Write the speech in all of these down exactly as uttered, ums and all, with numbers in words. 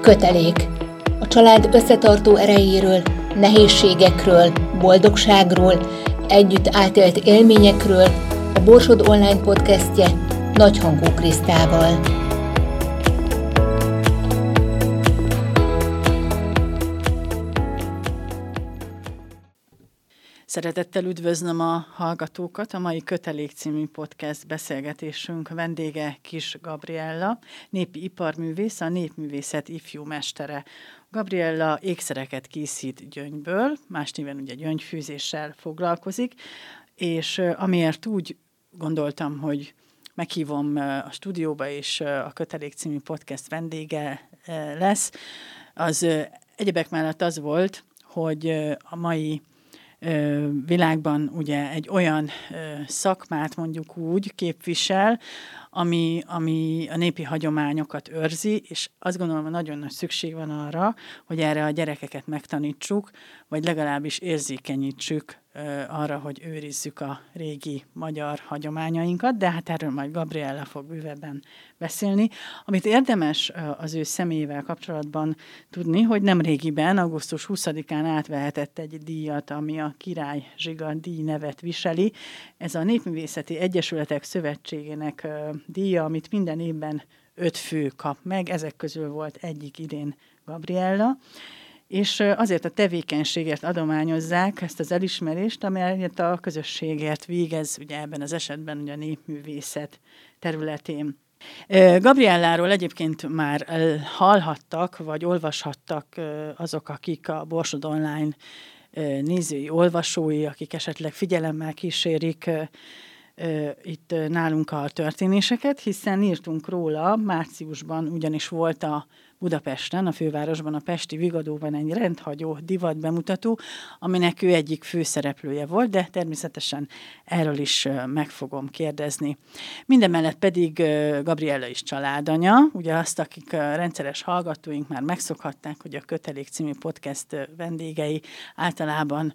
Kötelék. A család összetartó erejéről, nehézségekről, boldogságról, együtt átélt élményekről a Borsod Online podcastje Nagyhangú Krisztával. Szeretettel üdvözlöm a hallgatókat, a mai Kötelék című podcast beszélgetésünk vendége Kiss Gabriella, népi iparművész, a népművészet ifjú mestere. Gabriella ékszereket készít gyöngyből, más néven ugye gyöngyfűzéssel foglalkozik, és amiért úgy gondoltam, hogy meghívom a stúdióba, és a Kötelék című podcast vendége lesz, az egyebek mellett az volt, hogy a mai világban ugye egy olyan szakmát mondjuk úgy képvisel, ami, ami a népi hagyományokat őrzi, és azt gondolom, hogy nagyon nagy szükség van arra, hogy erre a gyerekeket megtanítsuk, vagy legalábbis érzékenyítsük arra, hogy őrizzük a régi magyar hagyományainkat, de hát erről majd Gabriella fog bővebben beszélni. Amit érdemes az ő személyével kapcsolatban tudni, hogy nem régiben, augusztus huszadikán átvehetett egy díjat, ami a Király Zsiga díj nevet viseli. Ez a Népművészeti Egyesületek Szövetségének díja, amit minden évben öt fő kap meg, ezek közül volt egyik idén Gabriella, és azért a tevékenységért adományozzák ezt az elismerést, amelyet a közösségért végez, ugye ebben az esetben ugye a népművészet területén. Gabrielláról egyébként már hallhattak, vagy olvashattak azok, akik a Borsod Online nézői, olvasói, akik esetleg figyelemmel kísérik itt nálunk a történéseket, hiszen írtunk róla, márciusban ugyanis volt a Budapesten, a fővárosban, a Pesti Vigadóban egy rendhagyó divat bemutató, aminek ő egyik főszereplője volt, de természetesen erről is meg fogom kérdezni. Mindemellett pedig Gabriella is családanya, ugye azt, akik rendszeres hallgatóink már megszokhatták, hogy a Kötelék című podcast vendégei általában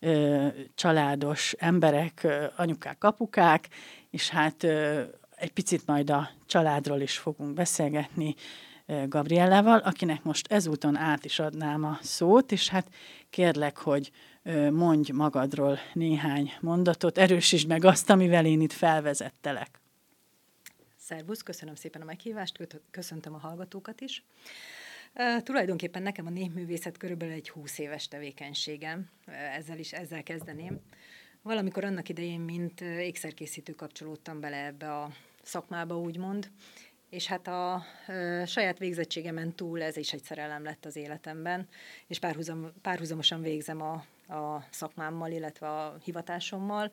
családos emberek, anyukák, apukák, és hát egy picit majd a családról is fogunk beszélgetni Gabriellával, akinek most ezúton át is adnám a szót, és hát kérlek, hogy mondj magadról néhány mondatot, erősítsd meg azt, amivel én itt felvezettelek. Szervusz, köszönöm szépen a meghívást, köszöntöm a hallgatókat is. Uh, tulajdonképpen nekem a népművészet körülbelül egy húsz éves tevékenységem, ezzel is ezzel kezdeném. Valamikor annak idején, mint ékszerkészítő kapcsolódtam bele ebbe a szakmába, úgymond, és hát a ö, saját végzettségemen túl ez is egy szerelem lett az életemben, és párhuzam, párhuzamosan végzem a, a szakmámmal, illetve a hivatásommal,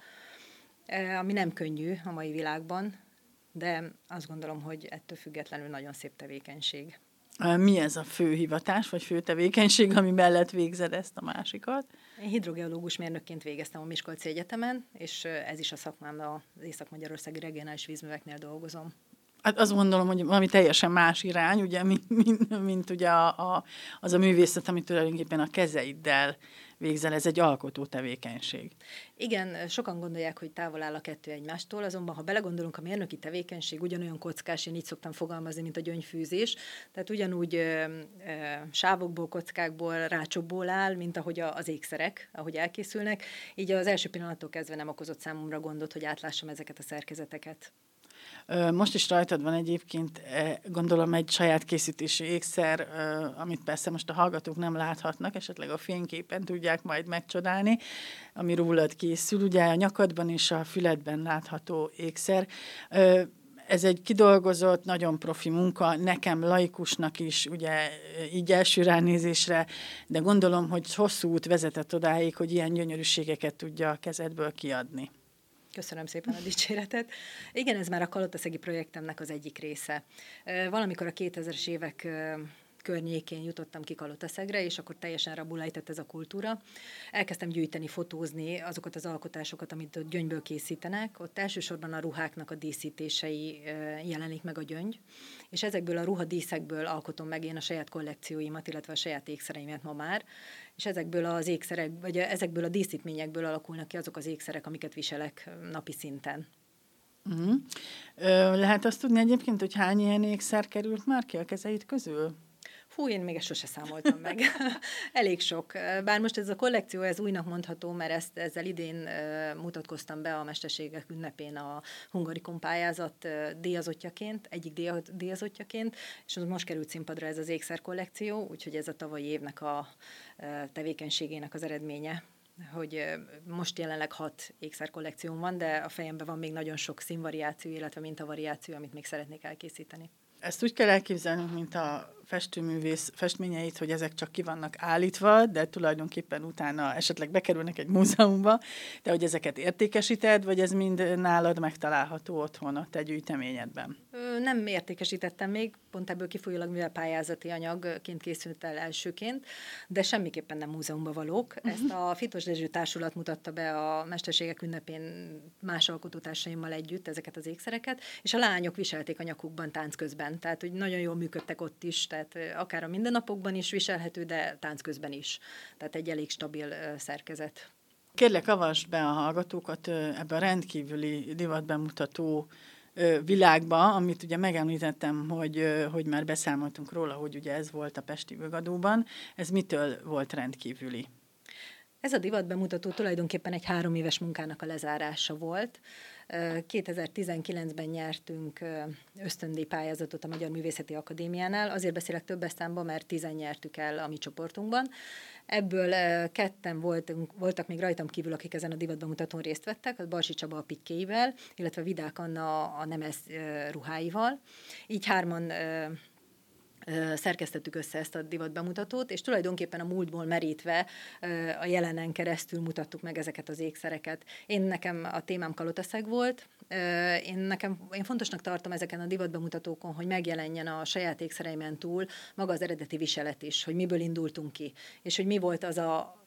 e, ami nem könnyű a mai világban, de azt gondolom, hogy ettől függetlenül nagyon szép tevékenység. Mi ez a fő hivatás, vagy fő tevékenység, ami mellett végzed ezt a másikat? Én hidrogeológus mérnökként végeztem a Miskolci Egyetemen, és ez is a szakmám, az Észak-Magyarországi Regionális Vízműveknél dolgozom. Hát azt gondolom, hogy valami teljesen más irány, ugye, mint, mint, mint ugye a, a, az a művészet, amit tulajdonképpen a kezeiddel végzel, ez egy alkotó tevékenység. Igen, sokan gondolják, hogy távol áll a kettő egymástól, azonban ha belegondolunk, a mérnöki tevékenység ugyanolyan kockás, én így szoktam fogalmazni, mint a gyöngyfűzés, tehát ugyanúgy ö, ö, sávokból, kockákból, rácsokból áll, mint ahogy a, az ékszerek, ahogy elkészülnek, így az első pillanattól kezdve nem okozott számomra gondot, hogy átlássam ezeket a szerkezeteket. Most is rajtad van egyébként, gondolom, egy saját készítési ékszer, amit persze most a hallgatók nem láthatnak, esetleg a fényképen tudják majd megcsodálni, ami rólad készül. Ugye a nyakadban és a füledben látható ékszer. Ez egy kidolgozott, nagyon profi munka, nekem laikusnak is, ugye így első ránézésre, de gondolom, hogy hosszú út vezetett odáig, hogy ilyen gyönyörűségeket tudja a kezedből kiadni. Köszönöm szépen a dicséretet. Igen, ez már a kalotaszegi projektemnek az egyik része. Valamikor a kétezres évek környékén jutottam ki Kalotaszegre, és akkor teljesen rabulejtett ez a kultúra. Elkezdtem gyűjteni, fotózni azokat az alkotásokat, amit a gyöngyből készítenek. Ott elsősorban a ruháknak a díszítései jelenik meg a gyöngy, és ezekből a ruhadíszekből alkotom meg én a saját kollekcióimat, illetve a saját ékszereimet ma már, és ezekből az ékszerek, vagy ezekből a díszítményekből alakulnak ki azok az ékszerek, amiket viselek napi szinten. Uh-huh. Ö, lehet azt tudni egyébként, hogy hány ilyen ékszer került már ki a kezeid közül? Hú, én még ezt sose számoltam meg. Elég sok. Bár most ez a kollekció, ez újnak mondható, mert ezt, ezzel idén uh, mutatkoztam be a Mesterségek ünnepén a Hungarikon pályázat uh, díjazottjaként, egyik díja, díjazottjaként, és most került színpadra ez az ékszer kollekció, úgyhogy ez a tavalyi évnek a uh, tevékenységének az eredménye, hogy most jelenleg hat ékszer kollekcióm van, de a fejemben van még nagyon sok színvariáció, illetve mintavariáció, amit még szeretnék elkészíteni. Ezt úgy kell elképzelnünk, mint a festőművész festményeit, hogy ezek csak ki vannak állítva, de tulajdonképpen utána esetleg bekerülnek egy múzeumba, de hogy ezeket értékesíted, vagy ez mind nálad megtalálható otthon a te gyűjteményedben? Nem értékesítettem még, pont ebből kifolyólag, mivel pályázati anyagként készült el elsőként, de semmiképpen nem múzeumba valók. Ezt a Fitos Dezső Társulat mutatta be a Mesterségek ünnepén más alkotótársaimmal együtt ezeket az ékszereket, és a lányok viselték a nyakukban tánc közben, tehát hogy nagyon jól működtek ott is, tehát akár a mindennapokban is viselhető, de tánc közben is. Tehát egy elég stabil szerkezet. Kérlek, avasd be a hallgatókat ebbe a rendkívüli divatbemutató világba, amit ugye megemlítettem, hogy, hogy már beszámoltunk róla, hogy ugye ez volt a Pesti Vögadóban. Ez mitől volt rendkívüli? Ez a divatbemutató tulajdonképpen egy három éves munkának a lezárása volt. kétezer-tizenkilencben nyertünk ösztöndíj pályázatot a Magyar Művészeti Akadémiánál. Azért beszélek több számban, mert tizen nyertük el a mi csoportunkban. Ebből ketten voltunk, voltak még rajtam kívül, akik ezen a divatbemutatón részt vettek, a Barsi Csaba a pikkéivel, illetve Vidák Anna a Nemes ruháival. Így hárman szerkesztettük össze ezt a divatbemutatót, és tulajdonképpen a múltból merítve a jelenen keresztül mutattuk meg ezeket az ékszereket. Én nekem a témám kalotaszeg volt, én, nekem, én fontosnak tartom ezeken a divatbemutatókon, hogy megjelenjen a saját ékszereimen túl maga az eredeti viselet is, hogy miből indultunk ki, és hogy mi volt az a...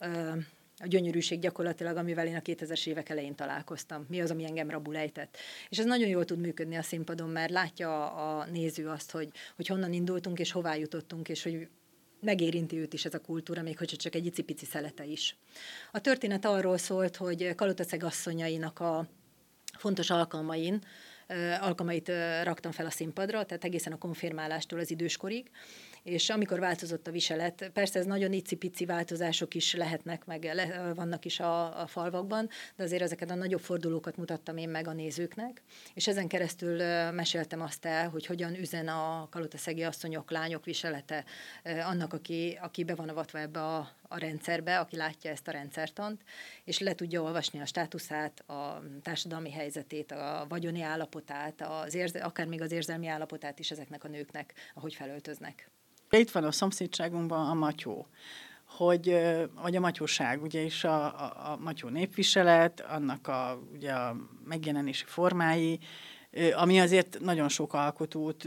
a gyönyörűség gyakorlatilag, amivel én a kétezres évek elején találkoztam. Mi az, ami engem rabul ejtett. És ez nagyon jól tud működni a színpadon, mert látja a néző azt, hogy, hogy honnan indultunk, és hová jutottunk, és hogy megérinti őt is ez a kultúra, még hogyha csak egy icipici szelete is. A történet arról szólt, hogy Kalotaszeg asszonyainak a fontos alkalmain, alkalmait raktam fel a színpadra, tehát egészen a konfirmálástól az időskorig, és amikor változott a viselet, persze ez nagyon icipici változások is lehetnek, meg le, vannak is a, a falvakban, de azért ezeket a nagyobb fordulókat mutattam én meg a nézőknek, és ezen keresztül meséltem azt el, hogy hogyan üzen a kalotaszegi asszonyok, lányok viselete annak, aki, aki be van avatva ebbe a, a rendszerbe, aki látja ezt a rendszertant, és le tudja olvasni a státuszát, a társadalmi helyzetét, a vagyoni állapotát, az érze, akár még az érzelmi állapotát is ezeknek a nőknek, ahogy felöltöznek. Itt van a szomszédságunkban a matyó, hogy, vagy a matyóság, ugye is a, a, a matyó népviselet, annak a, ugye a megjelenési formái, ami azért nagyon sok alkotót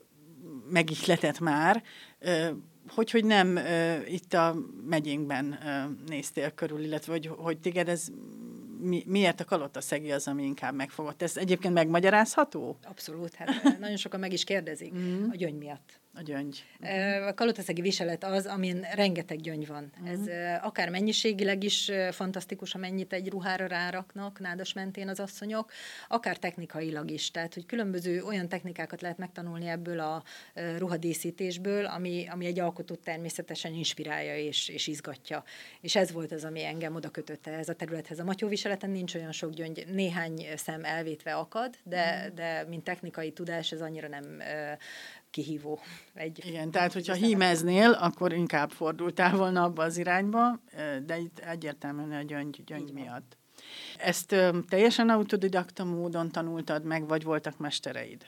megihletett már, hogy, hogy nem itt a megyénkben néztél körül, illetve hogy, hogy téged ez mi, miért a kalotaszegi az, ami inkább megfogott. Ez egyébként megmagyarázható? Abszolút, hát nagyon sokan meg is kérdezik mm. a gyöngy miatt. A gyöngy. A kalotaszegi viselet az, amin rengeteg gyöngy van. Mm. Ez akár mennyiségileg is fantasztikus, amennyit egy ruhára ráraknak nádas mentén az asszonyok, akár technikailag is. Tehát, hogy különböző olyan technikákat lehet megtanulni ebből a ruhadíszítésből, ami, ami egy alkotót természetesen inspirálja és, és izgatja. És ez volt az, ami engem oda kötötte ez a területhez. A matyóviseleten nincs olyan sok gyöngy, néhány szem elvétve akad, de, mm. de mint technikai tudás ez annyira nem kihívó. Egy Igen, tehát hogyha hímeznél, akkor inkább fordultál volna abba az irányba, de itt egyértelműen a gyöngy, gyöngy miatt. Ezt ö, teljesen autodidakta módon tanultad meg, vagy voltak mestereid?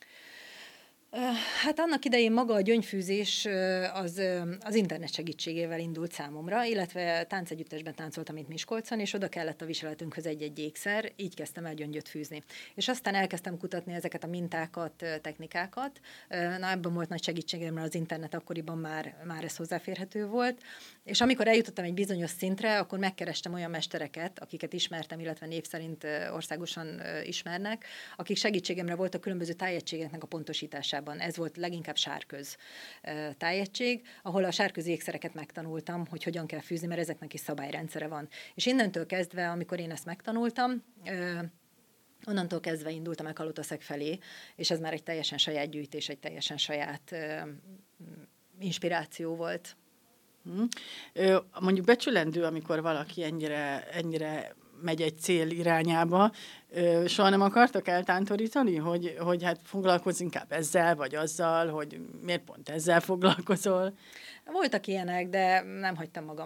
Hát annak idején maga a gyöngyfűzés az, az internet segítségével indult számomra, illetve táncegyüttesben táncoltam itt Miskolcon, és oda kellett a viseletünkhöz egy-egy ékszer, így kezdtem el gyöngyöt fűzni. És aztán elkezdtem kutatni ezeket a mintákat, technikákat. Na, ebben volt nagy segítségem, mert az internet akkoriban már, már ez hozzáférhető volt. És amikor eljutottam egy bizonyos szintre, akkor megkerestem olyan mestereket, akiket ismertem, illetve név szerint országosan ismernek, akik segítségemre voltak különböző tájegységeknek a pontosításában. Ez volt leginkább sárköz tájegység, ahol a sárközi ékszereket megtanultam, hogy hogyan kell fűzni, mert ezeknek is szabályrendszere van. És innentől kezdve, amikor én ezt megtanultam, onnantól kezdve indultam el Kalotaszeg felé, és ez már egy teljesen saját gyűjtés, egy teljesen saját inspiráció volt. Hmm. Mondjuk becsülendő, amikor valaki ennyire, ennyire megy egy cél irányába. Soha nem akartak eltántorítani, hogy, hogy hát foglalkozz inkább ezzel, vagy azzal, hogy miért pont ezzel foglalkozol? Voltak ilyenek, de nem hagytam magam.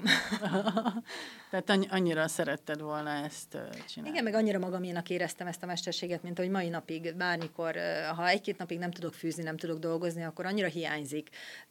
Tehát annyira szeretted volna ezt csinálni. Igen, meg annyira magaménak éreztem ezt a mesterséget, mint hogy mai napig, bármikor, ha egy-két napig nem tudok fűzni, nem tudok dolgozni, akkor annyira hiányzik.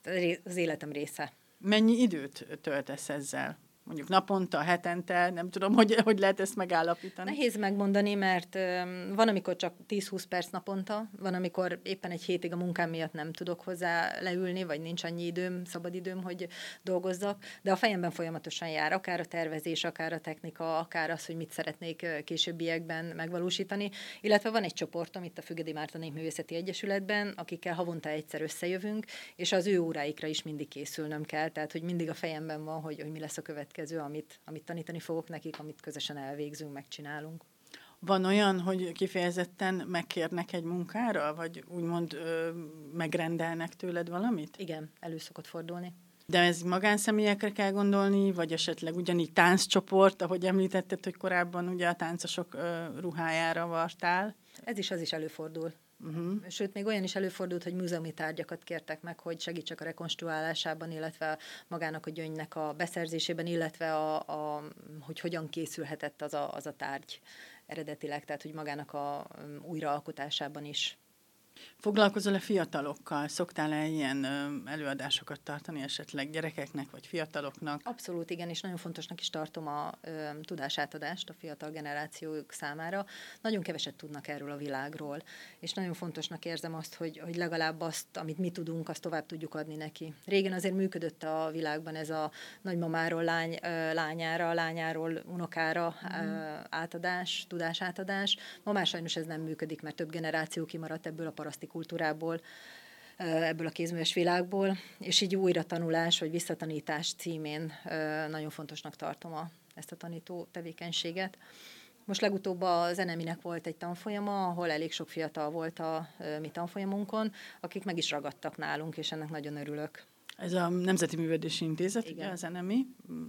Az életem része. Mennyi időt töltesz ezzel? Mondjuk naponta, hetente, nem tudom, hogy, hogy lehet ezt megállapítani. Nehéz megmondani, mert van, amikor csak tíz-húsz perc naponta, van, amikor éppen egy hétig a munkám miatt nem tudok hozzá leülni, vagy nincs annyi időm, szabad időm, hogy dolgozzak, de a fejemben folyamatosan jár, akár a tervezés, akár a technika, akár az, hogy mit szeretnék későbbiekben megvalósítani, illetve van egy csoportom itt a Fügedi Márta Népművészeti Egyesületben, akikkel havonta egyszer összejövünk, és az ő óráikra is mindig készülnöm kell, tehát hogy mindig a fejemben van, hogy, hogy mi lesz a következő. Amit, amit tanítani fogok nekik, amit közösen elvégzünk, megcsinálunk. Van olyan, hogy kifejezetten megkérnek egy munkára, vagy úgymond ö, megrendelnek tőled valamit? Igen, elő szokott fordulni. De ez magánszemélyekre kell gondolni, vagy esetleg ugyanígy tánccsoport, ahogy említetted, hogy korábban ugye a táncosok ö, ruhájára vartál? Ez is, az is előfordul. Uh-huh. Sőt, még olyan is előfordult, hogy múzeumi tárgyakat kértek meg, hogy segítsek a rekonstruálásában, illetve magának a gyöngynek a beszerzésében, illetve a, a, hogy hogyan készülhetett az a, az a tárgy eredetileg, tehát hogy magának a újraalkotásában is. Foglalkozol-e fiatalokkal? Szoktál-e ilyen ö, előadásokat tartani esetleg gyerekeknek vagy fiataloknak? Abszolút igen, és nagyon fontosnak is tartom a ö, tudásátadást a fiatal generációk számára. Nagyon keveset tudnak erről a világról, és nagyon fontosnak érzem azt, hogy, hogy legalább azt, amit mi tudunk, azt tovább tudjuk adni neki. Régen azért működött a világban ez a nagymamáról lány, ö, lányára, lányáról unokára mm. ö, átadás, tudásátadás. Ma már sajnos ez nem működik, mert több generáció kimaradt ebből a paraszti kultúrából, ebből a kézműves világból, és így újra tanulás vagy visszatanítás címén nagyon fontosnak tartom a, ezt a tanító tevékenységet. Most legutóbb a Zeneminek volt egy tanfolyama, ahol elég sok fiatal volt a mi tanfolyamunkon, akik meg is ragadtak nálunk, és ennek nagyon örülök. Ez a Nemzeti Művelődési Intézet, igen. Ugye a Zenemi?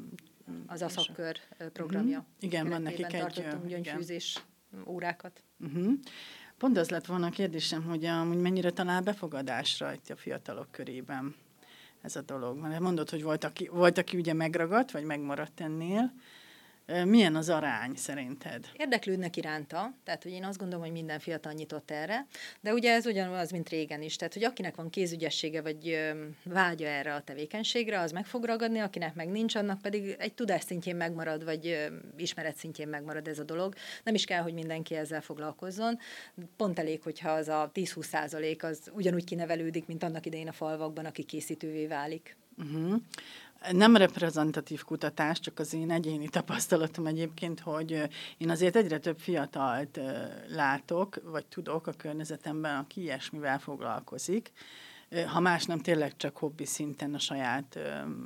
Az a szakkör programja. Uh-huh. Igen, van nekik egy... tartottunk gyöngyfűzés órákat. Uh-huh. Pont az lett volna a kérdésem, hogy amúgy mennyire talál befogadásra itt a fiatalok körében ez a dolog. Mert mondod, hogy volt aki, volt, aki ugye megragadt, vagy megmaradt ennél. Milyen az arány szerinted? Érdeklődnek iránta, tehát hogy én azt gondolom, hogy minden fiatal nyitott erre, de ugye ez ugyanaz, mint régen is, tehát hogy akinek van kézügyessége, vagy vágya erre a tevékenységre, az meg fog ragadni, akinek meg nincs, annak pedig egy tudás szintjén megmarad, vagy ismeret szintjén megmarad ez a dolog. Nem is kell, hogy mindenki ezzel foglalkozzon. Pont elég, hogyha az a tíz-húsz százalék az ugyanúgy kinevelődik, mint annak idején a falvakban, aki készítővé válik. Uh-huh. Nem reprezentatív kutatás, csak az én egyéni tapasztalatom egyébként, hogy én azért egyre több fiatalt látok, vagy tudok a környezetemben, aki ilyesmivel foglalkozik. Ha más nem, tényleg csak hobbi szinten a saját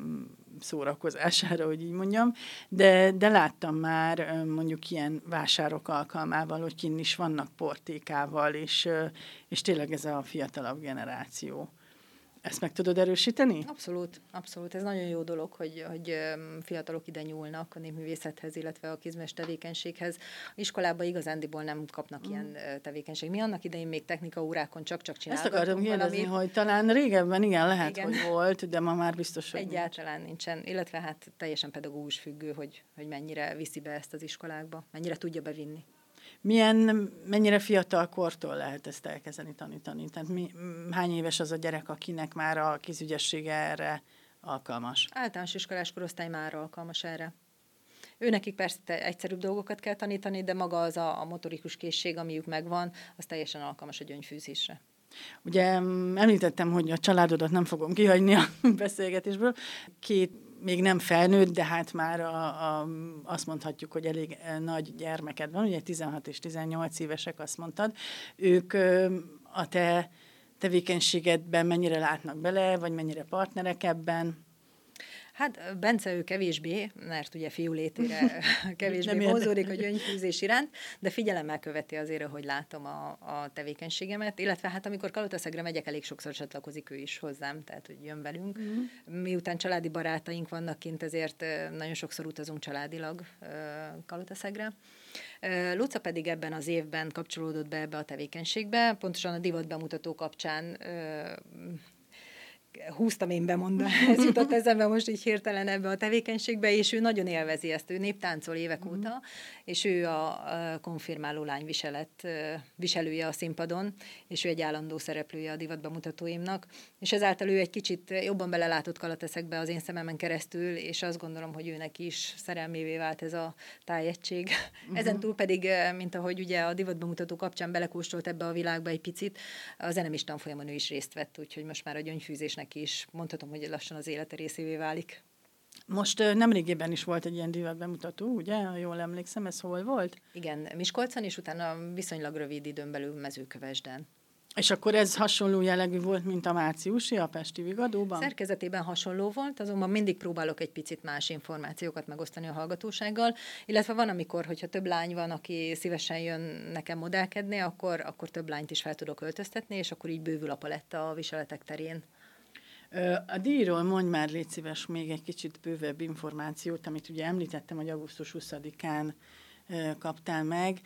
szórakozására, hogy így mondjam, de, de láttam már mondjuk ilyen vásárok alkalmával, hogy kinn is vannak portékával, és, és tényleg ez a fiatalabb generáció. Ezt meg tudod erősíteni? Abszolút, abszolút. Ez nagyon jó dolog, hogy, hogy fiatalok ide nyúlnak a népművészethez, illetve a kézműves tevékenységhez. A iskolában igazándiból nem kapnak mm. ilyen tevékenység. Mi annak idején még technikaórákon csak-csak csináltunk valamit. Ezt akartam kérdezni, hogy talán régebben igen, lehet, igen. hogy volt, de ma már biztos, hogy egyáltalán nincs. nincsen. Illetve hát teljesen pedagógus függő, hogy, hogy mennyire viszi be ezt az iskolákba, mennyire tudja bevinni. Milyen, mennyire fiatal kortól lehet ezt elkezdeni tanítani? Tehát mi, hány éves az a gyerek, akinek már a kézügyessége erre alkalmas? Általános iskolás korosztály már alkalmas erre. Őnekik persze egyszerűbb dolgokat kell tanítani, de maga az a, a motorikus készség, amiük megvan, az teljesen alkalmas a gyöngyfűzésre. Ugye említettem, hogy a családodat nem fogom kihagyni a beszélgetésből. Két még nem felnőtt, de hát már a, a, azt mondhatjuk, hogy elég nagy gyermeked van, ugye tizenhat és tizennyolc évesek, azt mondtad. Ők a te tevékenységedben mennyire látnak bele, vagy mennyire partnerek ebben? Hát Bence ő kevésbé, mert ugye fiú létére kevésbé vonzódik a gyöngyfűzés iránt, de figyelemmel követi azért, hogy látom a, a tevékenységemet, illetve hát amikor Kalotaszegre megyek, elég sokszor csatlakozik ő is hozzám, tehát hogy jön velünk. Mm. Miután családi barátaink vannak kint, ezért nagyon sokszor utazunk családilag Kalotaszegre. Luca pedig ebben az évben kapcsolódott be ebbe a tevékenységbe, pontosan a divatbemutató kapcsán húztam én bemondani, ez jutott eszembe most így hirtelen ebbe a tevékenységbe, és ő nagyon élvezi ezt, ő néptáncol évek mm. óta, és ő a konfirmáló lányviselet viselője a színpadon, és ő egy állandó szereplője a divatbemutatóimnak, és ezáltal ő egy kicsit jobban belelátott Kalataszegbe az én szememen keresztül, és azt gondolom, hogy őnek is szerelmévé vált ez a tájegység. Mm. Ezen túl pedig, mint ahogy ugye a divatbemutató kapcsán belekóstolt ebbe a világba egy picit, a zenemis tanfolyamon ő is részt vett, úgyhogy most már a gyöngyfűzésnek is mondhatom, hogy lassan az élete részévé válik. Most nemrégében is volt egy ilyen divatbemutató, ugye? Ha jól emlékszem, ez hol volt? Igen, Miskolcon, és utána viszonylag rövid időn belül Mezőkövesden. És akkor ez hasonló jellegű volt, mint a márciusi, a Pesti Vigadóban? Szerkezetében hasonló volt, azonban mindig próbálok egy picit más információkat megosztani a hallgatósággal, illetve van, amikor, hogyha több lány van, aki szívesen jön nekem modellkedni, akkor, akkor több lányt is fel tudok öltöztetni, és akkor így bővül a paletta a viseletek terén. A díjról mondj már, légy szíves, még egy kicsit bővebb információt, amit ugye említettem, hogy augusztus huszadikán kaptál meg.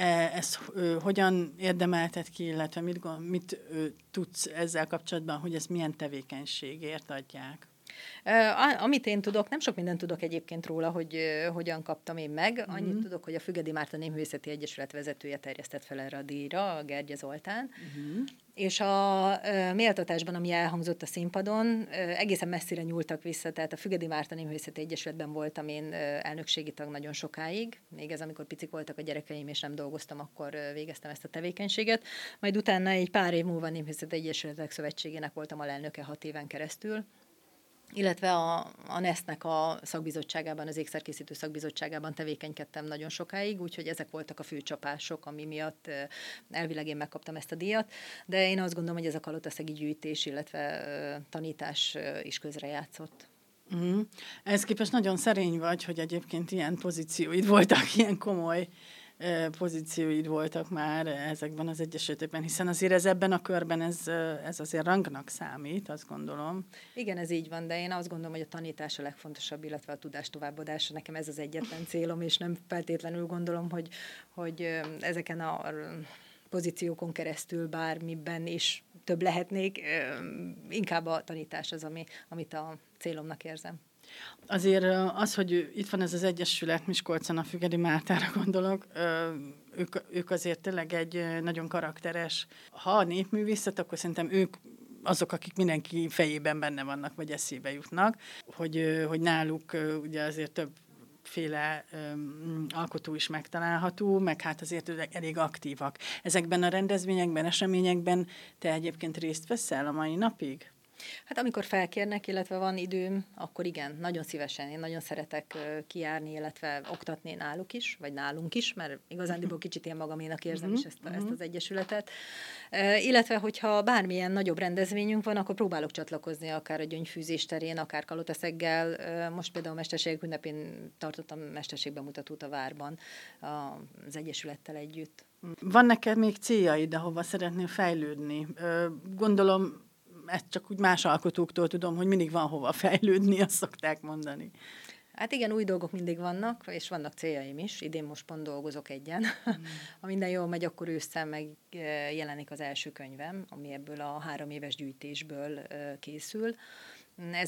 Ez hogyan érdemelted ki, illetve mit, mit tudsz ezzel kapcsolatban, hogy ez milyen tevékenységért adják? Uh, amit én tudok, nem sok mindent tudok egyébként róla, hogy uh, hogyan kaptam én meg. Annyit uh-huh. tudok, hogy a Fügedi Márta Néművészeti Egyesület vezetője terjesztett fel erre a díjra, a Gergye Zoltán. Uh-huh. És a uh, méltatásban, ami elhangzott a színpadon, uh, egészen messzire nyúltak vissza, tehát a Fügedi Márta Néművészeti Egyesületben voltam én uh, elnökségi tag nagyon sokáig, még ez amikor picik voltak a gyerekeim, és nem dolgoztam, akkor uh, végeztem ezt a tevékenységet. Majd utána egy pár év múlva Néművészeti Egyesületek Szövetségének voltam alelnöke hat éven keresztül, illetve a, a nesznek a szakbizottságában, az ékszerkészítő szakbizottságában tevékenykedtem nagyon sokáig, úgyhogy ezek voltak a fő csapások, ami miatt elvileg én megkaptam ezt a díjat, de én azt gondolom, hogy ez a kalotaszegi gyűjtés, illetve tanítás is közrejátszott. Mm. Ehhez képest nagyon szerény vagy, hogy egyébként ilyen pozícióid voltak, ilyen komoly pozícióid voltak már ezekben az egyesületekben, hiszen azért ez ebben a körben ez, ez azért rangnak számít, azt gondolom. Igen, ez így van, de én azt gondolom, hogy a tanítás a legfontosabb, illetve a tudás továbbadása. Nekem ez az egyetlen célom, és nem feltétlenül gondolom, hogy, hogy ezeken a pozíciókon keresztül bármiben is több lehetnék. Inkább a tanítás az, ami, amit a célomnak érzem. Azért az, hogy itt van ez az egyesület, Miskolcon, a Fügedi Mártára gondolok, ők, ők azért tényleg egy nagyon karakteres, ha a népművészet, akkor szerintem ők azok, akik mindenki fejében benne vannak, vagy eszébe jutnak, hogy, hogy náluk ugye azért többféle um, alkotó is megtalálható, meg hát azért elég aktívak. Ezekben a rendezvényekben, eseményekben te egyébként részt veszel a mai napig? Hát amikor felkérnek, illetve van időm, akkor igen, nagyon szívesen. Én nagyon szeretek kijárni, illetve oktatni náluk is, vagy nálunk is, mert igazándiból kicsit én magaménak érzem uh-huh. is ezt, a, ezt az egyesületet. Uh, illetve, hogyha bármilyen nagyobb rendezványunk van, akkor próbálok csatlakozni akár a gyöngyfűzés terén, akár Kalotaszeggel. Uh, most például a Mesterségek ünnepén tartottam mesterségbemutatót a Várban az egyesülettel együtt. Van neked még céljaid, ahova szeretnél fejlődni? Uh, gondolom, ezt csak úgy más alkotóktól tudom, hogy mindig van hova fejlődni, azt szokták mondani. Hát igen, új dolgok mindig vannak, és vannak céljaim is. Idén most pont dolgozok egyen. Mm. Ha minden jól megy, akkor ősszel megjelenik az első könyvem, ami ebből a három éves gyűjtésből készül. Ez,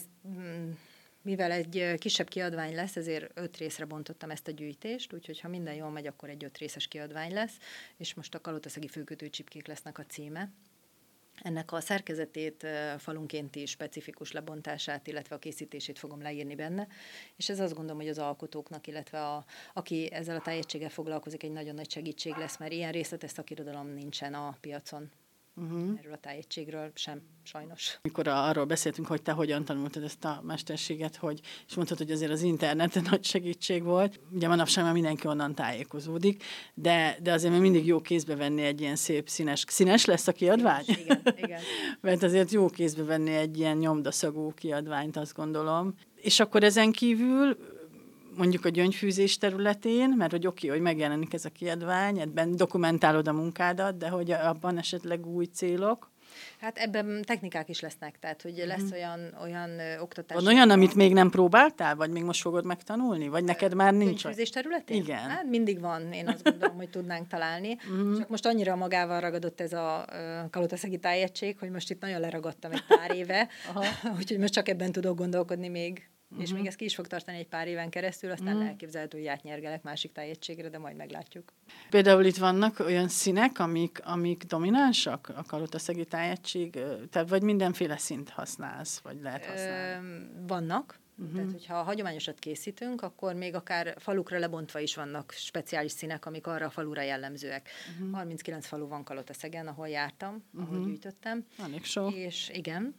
mivel egy kisebb kiadvány lesz, ezért öt részre bontottam ezt a gyűjtést, úgyhogy ha minden jól megy, akkor egy öt részes kiadvány lesz, és most a kalotaszegi főkötőcsipkék lesznek a címe. Ennek a szerkezetét, falunkénti specifikus lebontását, illetve a készítését fogom leírni benne, és ez azt gondolom, hogy az alkotóknak, illetve a, aki ezzel a tájegységgel foglalkozik, egy nagyon nagy segítség lesz, mert ilyen részletes szakirodalom nincsen a piacon. Uh-huh. Erről a tájegységről sem, sajnos. Mikor arról beszéltünk, hogy te hogyan tanultad ezt a mesterséget, hogy, és mondtad, hogy azért az interneten nagy segítség volt. Ugye manapság már mindenki onnan tájékozódik, de, de azért még mindig jó kézbe venni egy ilyen szép színes, színes lesz a kiadvány? Igen, igen. Mert azért jó kézbe venni egy ilyen nyomdaszagú kiadványt, azt gondolom. És akkor ezen kívül mondjuk a gyöngyfűzés területén, mert hogy oké, hogy megjelenik ez a kiadvány, ebben dokumentálod a munkádat, de hogy abban esetleg új célok? Hát ebben technikák is lesznek, tehát hogy lesz mm. olyan, olyan ö, oktatás. Van olyan, amit még nem próbáltál, vagy még most fogod megtanulni? Vagy neked már nincs? Gyöngyfűzés területén? Igen. Hát mindig van, én azt gondolom, hogy tudnánk találni. Mm. Csak most annyira magával ragadott ez a uh, kalotaszegi tájegység, hogy most itt nagyon leragadtam egy pár éve, úgyhogy most csak ebben tudok gondolkodni még. Uh-huh. És még ez ki is fog tartani egy pár éven keresztül, aztán uh-huh. elképzelhető, hogy átnyergelek másik tájegységre, de majd meglátjuk. Például itt vannak olyan színek, amik, amik dominánsak a kalotaszegi tájegység, tehát vagy mindenféle színt használsz, vagy lehet használni? Ö, vannak. Uh-huh. Tehát, hogyha hagyományosat készítünk, akkor még akár falukra lebontva is vannak speciális színek, amik arra a falura jellemzőek. Uh-huh. harminckilenc falu van Kalotaszegen, ahol jártam, ahol uh-huh. gyűjtöttem. Elég sok. És igen.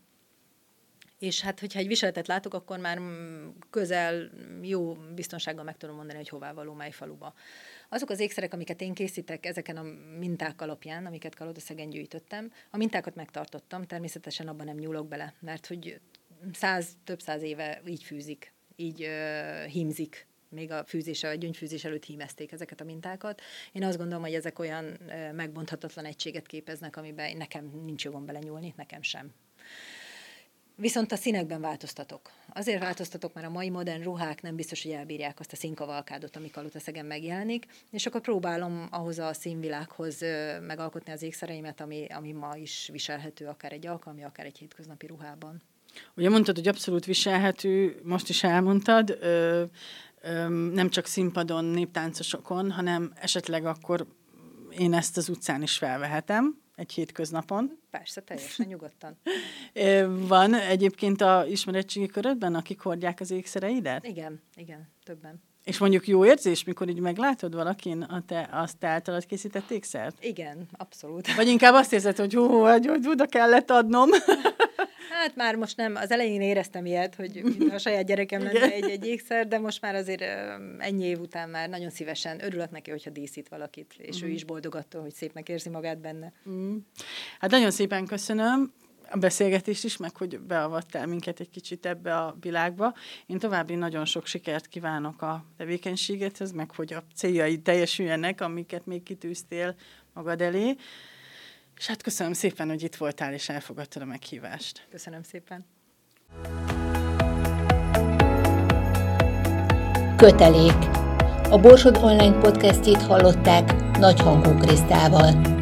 És hát, hogyha egy viseletet látok, akkor már közel, jó biztonsággal meg tudom mondani, hogy hová való, mely faluba. Azok az ékszerek, amiket én készítek ezeken a minták alapján, amiket Kalotaszegen gyűjtöttem, a mintákat megtartottam, természetesen abban nem nyúlok bele, mert hogy száz, több száz éve így fűzik, így uh, hímzik. Még a fűzése, vagy gyöngyfűzés előtt hímezték ezeket a mintákat. Én azt gondolom, hogy ezek olyan uh, megbonthatatlan egységet képeznek, amiben nekem nincs jogom belenyúlni, nekem sem. Viszont a színekben változtatok. Azért változtatok, mert a mai modern ruhák nem biztos, hogy elbírják azt a színkavalkádot, ami Kalotaszegen megjelenik, és akkor próbálom ahhoz a színvilághoz megalkotni az ékszereimet, ami, ami ma is viselhető, akár egy alkalmi, akár egy hétköznapi ruhában. Ugye mondtad, hogy abszolút viselhető, most is elmondtad, ö, ö, nem csak színpadon, néptáncosokon, hanem esetleg akkor én ezt az utcán is felvehetem, egy hétköznapon. Persze, teljesen nyugodtan. Van egyébként a ismeretségi körödben, akik hordják az ékszereidet? Igen, igen, többen. És mondjuk jó érzés, mikor így meglátod valakin a te, azt te általad készített ékszert? Igen, abszolút. Vagy inkább azt érzed, hogy hú, hogy oda kellett adnom. Hát már most nem, az elején éreztem ilyet, hogy a saját gyerekem lenne egy-egy ékszer, de most már azért ennyi év után már nagyon szívesen örülök neki, hogyha díszít valakit, és mm. ő is boldog attól, hogy szépnek érzi magát benne. Mm. Hát nagyon szépen köszönöm a beszélgetést is, meg hogy beavattál minket egy kicsit ebbe a világba. Én további nagyon sok sikert kívánok a tevékenységedhez, meg hogy a céljaid teljesüljenek, amiket még kitűztél magad elé. És hát köszönöm szépen, hogy itt voltál, és elfogadtad a meghívást. Köszönöm szépen. Kötelék. A Borsod Online podcastjét hallották Nagyhangú Krisztával.